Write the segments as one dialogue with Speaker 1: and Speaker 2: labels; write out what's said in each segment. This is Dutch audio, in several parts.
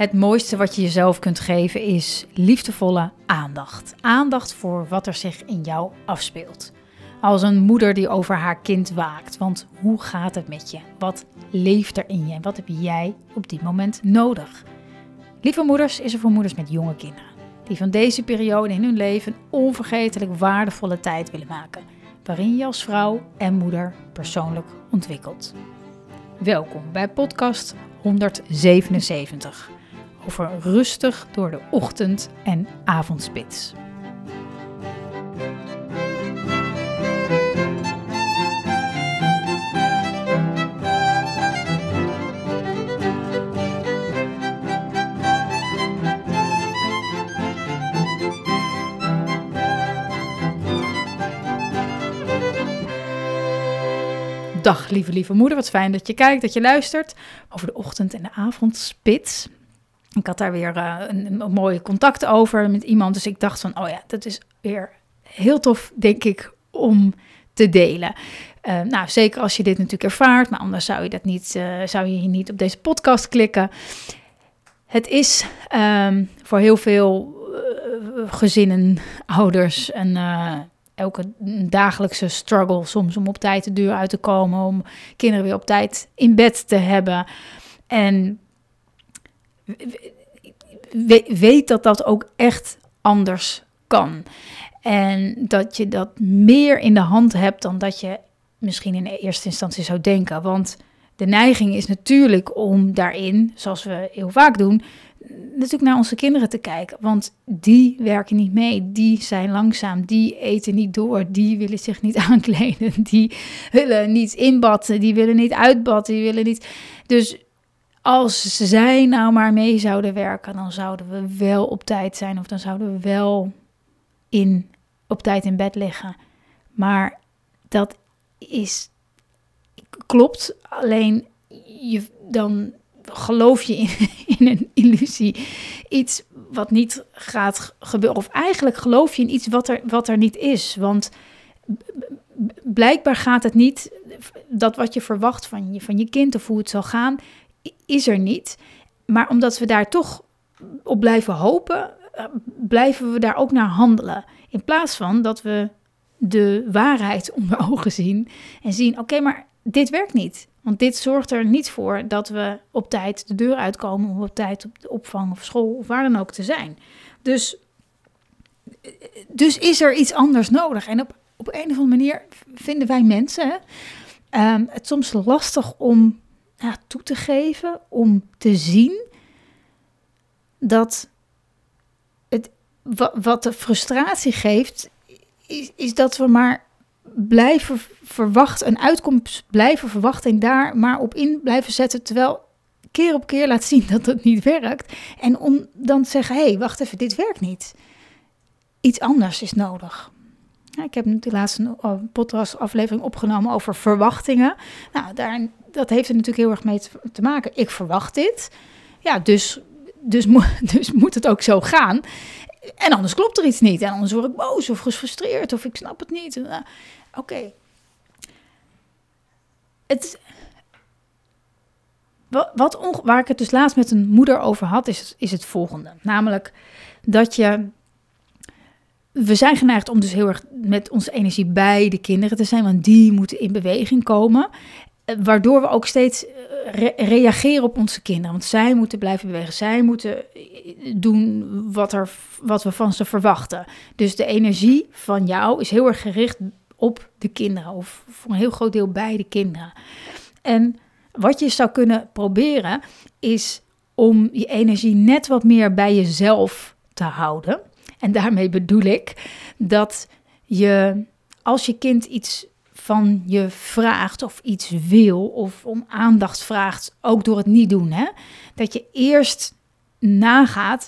Speaker 1: Het mooiste wat je jezelf kunt geven is liefdevolle aandacht. Aandacht voor wat er zich in jou afspeelt. Als een moeder die over haar kind waakt. Want hoe gaat het met je? Wat leeft er in je? En wat heb jij op dit moment nodig? Lieve Moeders is er voor moeders met jonge kinderen. Die van deze periode in hun leven een onvergetelijk waardevolle tijd willen maken. Waarin je als vrouw en moeder persoonlijk ontwikkelt. Welkom bij podcast 177. Over rustig door de ochtend- en avondspits. Dag lieve moeder, wat fijn dat je kijkt, dat je luistert over de ochtend- en de avondspits. Ik had daar weer een mooi contact over met iemand, dus ik dacht van, oh ja, dat is weer heel tof, denk ik, om te delen. Nou, zeker als je dit natuurlijk ervaart, maar anders zou je hier niet op deze podcast klikken. Het is voor heel veel gezinnen, ouders elke dagelijkse struggle soms om op tijd de deur uit te komen, om kinderen weer op tijd in bed te hebben. En weet dat dat ook echt anders kan. En dat je dat meer in de hand hebt dan dat je misschien in eerste instantie zou denken. Want de neiging is natuurlijk om daarin, zoals we heel vaak doen, natuurlijk naar onze kinderen te kijken. Want die werken niet mee, die zijn langzaam, die eten niet door, die willen zich niet aankleden, die willen niet inbad, die willen niet uitbad, die willen niet. Dus als zij nou maar mee zouden werken, dan zouden we wel op tijd zijn of dan zouden we wel op tijd in bed liggen. Maar dat klopt, alleen dan geloof je in een illusie, iets wat niet gaat gebeuren. Of eigenlijk geloof je in iets wat er niet is. Want blijkbaar gaat het niet, dat wat je verwacht van je kind of hoe het zal gaan, is er niet. Maar omdat we daar toch op blijven hopen, blijven we daar ook naar handelen. In plaats van dat we de waarheid onder ogen zien en zien, oké, maar dit werkt niet. Want dit zorgt er niet voor dat we op tijd de deur uitkomen, om op tijd op de opvang of school of waar dan ook te zijn. Dus is er iets anders nodig. En op een of andere manier vinden wij mensen het soms lastig om toe te geven, om te zien dat wat de frustratie geeft, is dat we maar blijven verwachten, een uitkomst blijven verwachten en daar maar op in blijven zetten, terwijl keer op keer laat zien dat het niet werkt. En om dan te zeggen, hé, wacht even, dit werkt niet. Iets anders is nodig. Ik heb natuurlijk laatst een podcastaflevering opgenomen over verwachtingen. Nou, dat heeft er natuurlijk heel erg mee te maken. Ik verwacht dit. Ja, dus moet het ook zo gaan. En anders klopt er iets niet. En anders word ik boos of gefrustreerd of ik snap het niet. Oké. Waar ik het dus laatst met een moeder over had, is het volgende. Namelijk dat we zijn geneigd om dus heel erg met onze energie bij de kinderen te zijn, want die moeten in beweging komen. Waardoor we ook steeds reageren op onze kinderen. Want zij moeten blijven bewegen. Zij moeten doen wat we van ze verwachten. Dus de energie van jou is heel erg gericht op de kinderen. Of voor een heel groot deel bij de kinderen. En wat je zou kunnen proberen is om je energie net wat meer bij jezelf te houden. En daarmee bedoel ik dat je, als je kind iets van je vraagt of iets wil of om aandacht vraagt, ook door het niet doen, dat je eerst nagaat,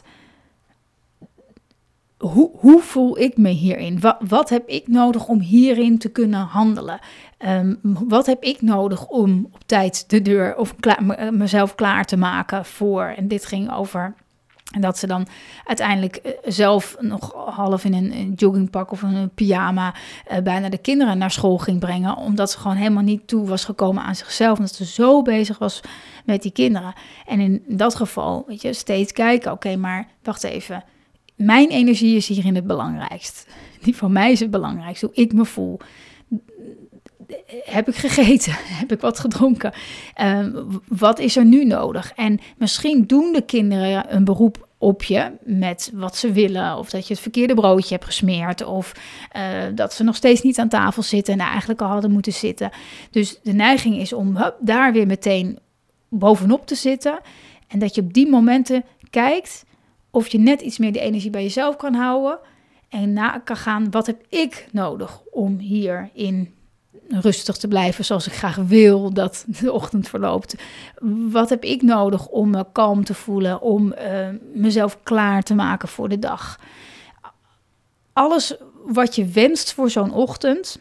Speaker 1: hoe voel ik me hierin? Wat heb ik nodig om hierin te kunnen handelen? Wat heb ik nodig om op tijd de deur of mezelf klaar te maken voor? En dit ging over En dat ze dan uiteindelijk zelf nog half in een joggingpak of een pyjama bijna de kinderen naar school ging brengen. Omdat ze gewoon helemaal niet toe was gekomen aan zichzelf. Omdat ze zo bezig was met die kinderen. En in dat geval, weet je, steeds kijken. Oké, maar wacht even. Mijn energie is hierin het belangrijkst. Die van mij is het belangrijkst. Hoe ik me voel. Heb ik gegeten? Heb ik wat gedronken? Wat is er nu nodig? En misschien doen de kinderen een beroep op je met wat ze willen. Of dat je het verkeerde broodje hebt gesmeerd. Of dat ze nog steeds niet aan tafel zitten en eigenlijk al hadden moeten zitten. Dus de neiging is om daar weer meteen bovenop te zitten. En dat je op die momenten kijkt of je net iets meer de energie bij jezelf kan houden. En na kan gaan, wat heb ik nodig om hierin rustig te blijven zoals ik graag wil dat de ochtend verloopt. Wat heb ik nodig om me kalm te voelen, om mezelf klaar te maken voor de dag. Alles wat je wenst voor zo'n ochtend,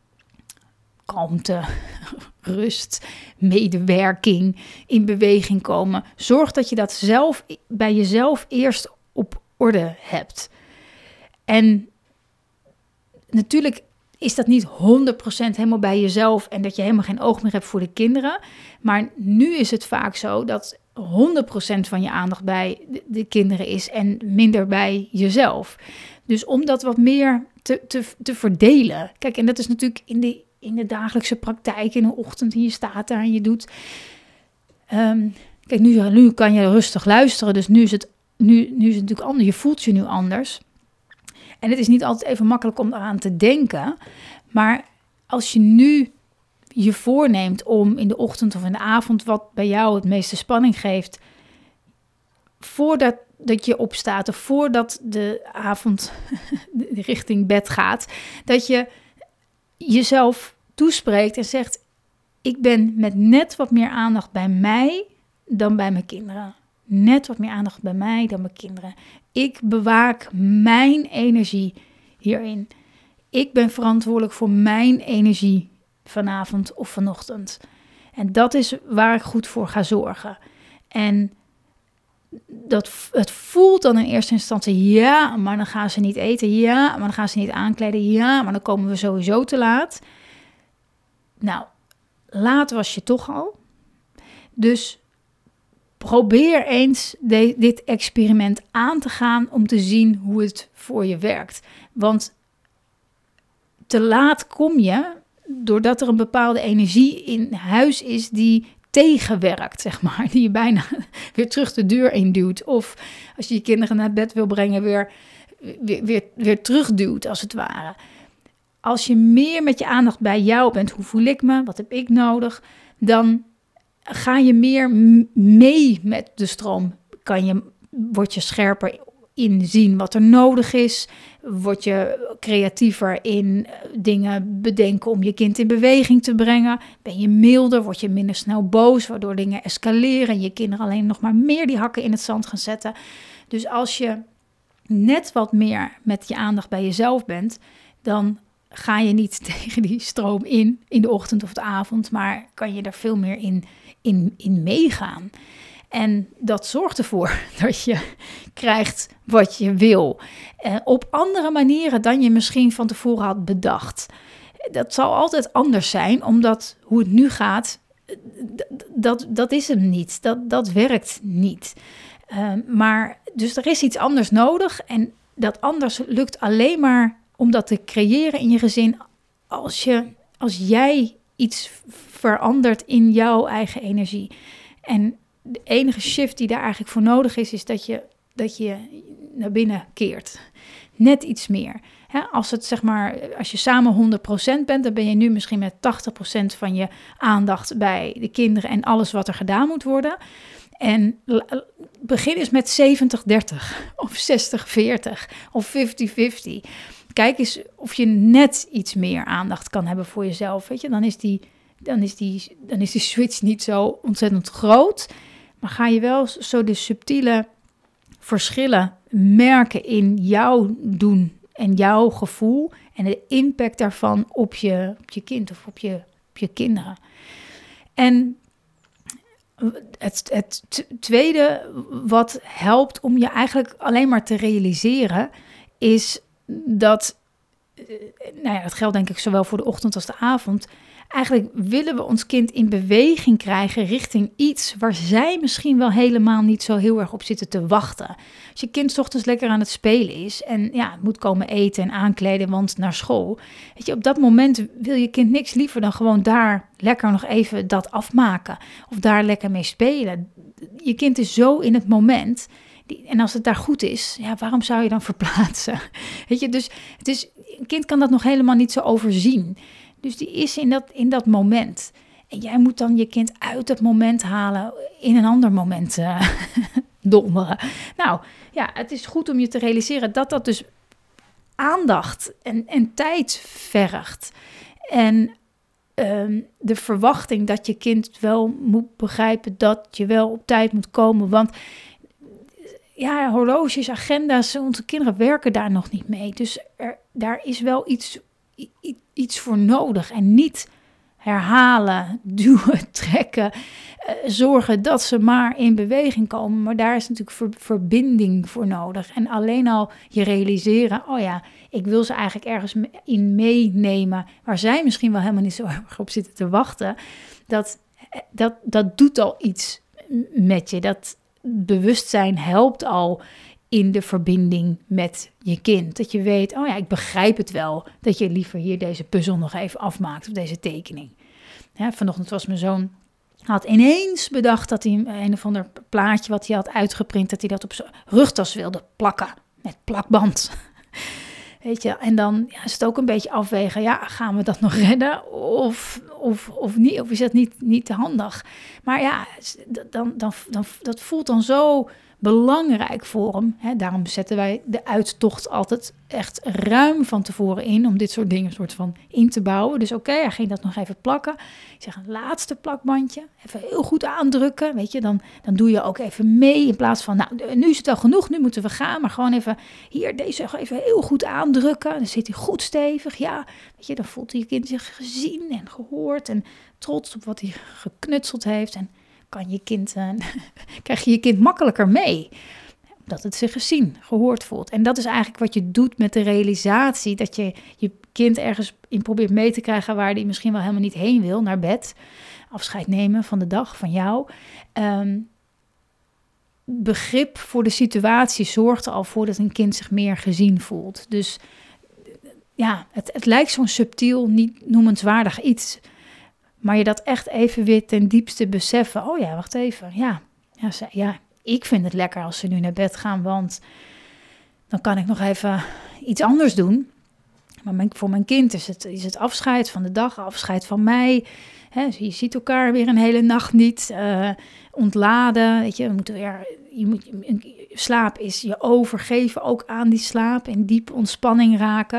Speaker 1: kalmte, rust, medewerking, in beweging komen. Zorg dat je dat zelf bij jezelf eerst op orde hebt. En natuurlijk is dat niet 100% helemaal bij jezelf en dat je helemaal geen oog meer hebt voor de kinderen. Maar nu is het vaak zo dat 100% van je aandacht bij de kinderen is en minder bij jezelf. Dus om dat wat meer te verdelen. Kijk, en dat is natuurlijk in de dagelijkse praktijk, in de ochtend, hier staat daar en je doet. Kijk, nu kan je rustig luisteren, dus nu is het natuurlijk anders. Je voelt je nu anders. En het is niet altijd even makkelijk om eraan te denken. Maar als je nu je voorneemt om in de ochtend of in de avond, wat bij jou het meeste spanning geeft, voordat je opstaat of voordat de avond richting bed gaat, dat je jezelf toespreekt en zegt, ik ben met net wat meer aandacht bij mij dan bij mijn kinderen. Net wat meer aandacht bij mij dan mijn kinderen. Ik bewaak mijn energie hierin. Ik ben verantwoordelijk voor mijn energie vanavond of vanochtend. En dat is waar ik goed voor ga zorgen. En het voelt dan in eerste instantie, ja, maar dan gaan ze niet eten. Ja, maar dan gaan ze niet aankleden. Ja, maar dan komen we sowieso te laat. Nou, laat was je toch al. Dus probeer eens dit experiment aan te gaan om te zien hoe het voor je werkt. Want te laat kom je doordat er een bepaalde energie in huis is die tegenwerkt, zeg maar. Die je bijna weer terug de deur induwt. Of als je je kinderen naar bed wil brengen, weer terugduwt, als het ware. Als je meer met je aandacht bij jou bent, hoe voel ik me, wat heb ik nodig, dan ga je meer mee met de stroom. Word je scherper in zien wat er nodig is. Word je creatiever in dingen bedenken om je kind in beweging te brengen. Ben je milder, word je minder snel boos, waardoor dingen escaleren en je kinderen alleen nog maar meer die hakken in het zand gaan zetten. Dus als je net wat meer met je aandacht bij jezelf bent, dan ga je niet tegen die stroom in de ochtend of de avond, maar kan je er veel meer in meegaan. En dat zorgt ervoor dat je krijgt wat je wil. Op andere manieren dan je misschien van tevoren had bedacht. Dat zal altijd anders zijn, omdat hoe het nu gaat, dat is hem niet. Dat werkt niet. Maar dus er is iets anders nodig. En dat anders lukt alleen maar om dat te creëren in je gezin als jij iets verandert in jouw eigen energie. En de enige shift die daar eigenlijk voor nodig is dat je naar binnen keert. Net iets meer. Als je samen 100% bent, dan ben je nu misschien met 80% van je aandacht bij de kinderen en alles wat er gedaan moet worden. En begin eens met 70-30 of 60-40 of 50-50. Kijk eens of je net iets meer aandacht kan hebben voor jezelf. Weet je? Dan is die switch niet zo ontzettend groot. Maar ga je wel zo de subtiele verschillen merken in jouw doen en jouw gevoel en de impact daarvan op je kind of op je kinderen. En Het tweede wat helpt om je eigenlijk alleen maar te realiseren, is dat, dat geldt denk ik zowel voor de ochtend als de avond. Eigenlijk willen we ons kind in beweging krijgen richting iets waar zij misschien wel helemaal niet zo heel erg op zitten te wachten. Als je kind 's ochtends lekker aan het spelen is en het moet komen eten en aankleden, want naar school. Weet je, op dat moment wil je kind niks liever dan gewoon daar lekker nog even dat afmaken. Of daar lekker mee spelen. Je kind is zo in het moment. En als het daar goed is, waarom zou je dan verplaatsen? Weet je, dus een kind kan dat nog helemaal niet zo overzien. Dus die is in dat moment. En jij moet dan je kind uit dat moment halen, in een ander moment donderen. Nou, het is goed om je te realiseren dat dat dus aandacht en tijd vergt. En de verwachting dat je kind wel moet begrijpen dat je wel op tijd moet komen. Want horloges, agenda's, onze kinderen werken daar nog niet mee. Dus daar is wel iets voor nodig. En niet herhalen, duwen, trekken, zorgen dat ze maar in beweging komen. Maar daar is natuurlijk verbinding voor nodig. En alleen al je realiseren, ik wil ze eigenlijk ergens in meenemen, waar zij misschien wel helemaal niet zo erg op zitten te wachten. Dat doet al iets met je. Dat bewustzijn helpt al in de verbinding met je kind. Dat je weet, ik begrijp het wel, dat je liever hier deze puzzel nog even afmaakt, of deze tekening. Vanochtend was mijn zoon, had ineens bedacht dat hij een of ander plaatje wat hij had uitgeprint, dat hij dat op zijn rugtas wilde plakken, met plakband. Weet je, en dan is het ook een beetje afwegen, gaan we dat nog redden of niet, of is dat niet te handig? Maar dat voelt dan zo belangrijk voor hem. Daarom zetten wij de uittocht altijd echt ruim van tevoren in, om dit soort dingen soort van in te bouwen. Dus hij ging dat nog even plakken. Ik zeg, een laatste plakbandje, even heel goed aandrukken. Weet je, dan doe je ook even mee, in plaats van, nu is het al genoeg, nu moeten we gaan, maar gewoon even hier deze even heel goed aandrukken. Dan zit hij goed stevig, weet je, dan voelt je kind zich gezien en gehoord en trots op wat hij geknutseld heeft. En krijg je kind makkelijker mee, omdat het zich gezien, gehoord voelt. En dat is eigenlijk wat je doet met de realisatie dat je je kind ergens in probeert mee te krijgen waar die misschien wel helemaal niet heen wil, naar bed, afscheid nemen van de dag, van jou. Begrip voor de situatie zorgt er al voor dat een kind zich meer gezien voelt. Dus het lijkt zo'n subtiel, niet noemenswaardig iets, maar je dat echt even weer ten diepste beseffen. Wacht even. Ik vind het lekker als ze nu naar bed gaan, want dan kan ik nog even iets anders doen. Maar voor mijn kind is het afscheid van de dag, afscheid van mij. Je ziet elkaar weer een hele nacht niet. Ontladen, weet je, slaap is je overgeven ook aan die slaap, in diepe ontspanning raken.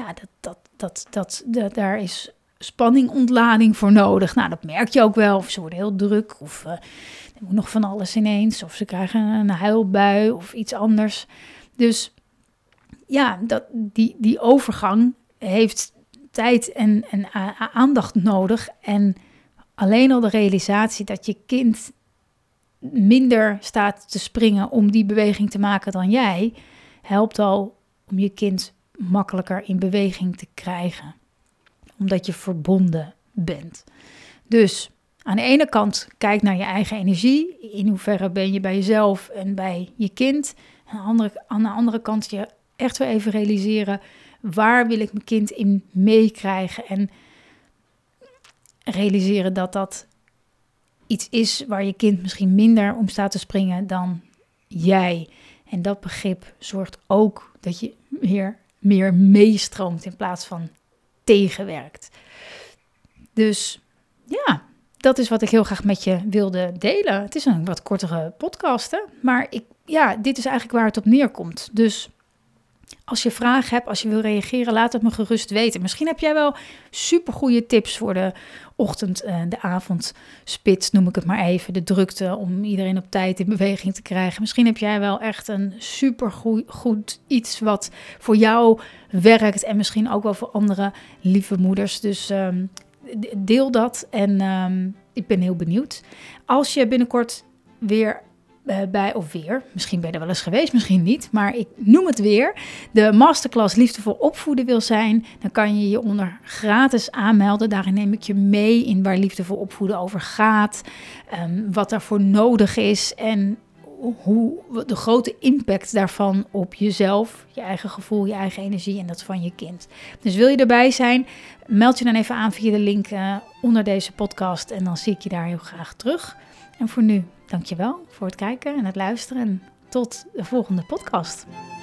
Speaker 1: Daar is spanningontlading voor nodig. Dat merk je ook wel. Of ze worden heel druk, of er moet nog van alles ineens, of ze krijgen een huilbui of iets anders. Dus die overgang heeft tijd en aandacht nodig. En alleen al de realisatie dat je kind minder staat te springen om die beweging te maken dan jij, helpt al om je kind makkelijker in beweging te krijgen, omdat je verbonden bent. Dus aan de ene kant kijk naar je eigen energie. In hoeverre ben je bij jezelf en bij je kind. Aan de andere kant je echt weer even realiseren, waar wil ik mijn kind in meekrijgen? En realiseren dat dat iets is waar je kind misschien minder om staat te springen dan jij. En dat begrip zorgt ook dat je meer meestroomt in plaats van tegenwerkt. Dus dat is wat ik heel graag met je wilde delen. Het is een wat kortere podcast, hè? Maar dit is eigenlijk waar het op neerkomt. Dus als je vragen hebt, als je wil reageren, laat het me gerust weten. Misschien heb jij wel supergoeie tips voor de ochtend, de avondspits, noem ik het maar even. De drukte om iedereen op tijd in beweging te krijgen. Misschien heb jij wel echt een supergoed iets wat voor jou werkt. En misschien ook wel voor andere lieve moeders. Dus deel dat. En ik ben heel benieuwd. Als je binnenkort weer misschien ben je er wel eens geweest, misschien niet, maar ik noem het weer, de masterclass Liefdevol Opvoeden wil zijn, dan kan je je onder gratis aanmelden. Daarin neem ik je mee in waar liefdevol opvoeden over gaat, wat daarvoor nodig is en hoe de grote impact daarvan op jezelf, je eigen gevoel, je eigen energie en dat van je kind. Dus wil je erbij zijn, meld je dan even aan via de link onder deze podcast en dan zie ik je daar heel graag terug. En voor nu, dankjewel voor het kijken en het luisteren en tot de volgende podcast.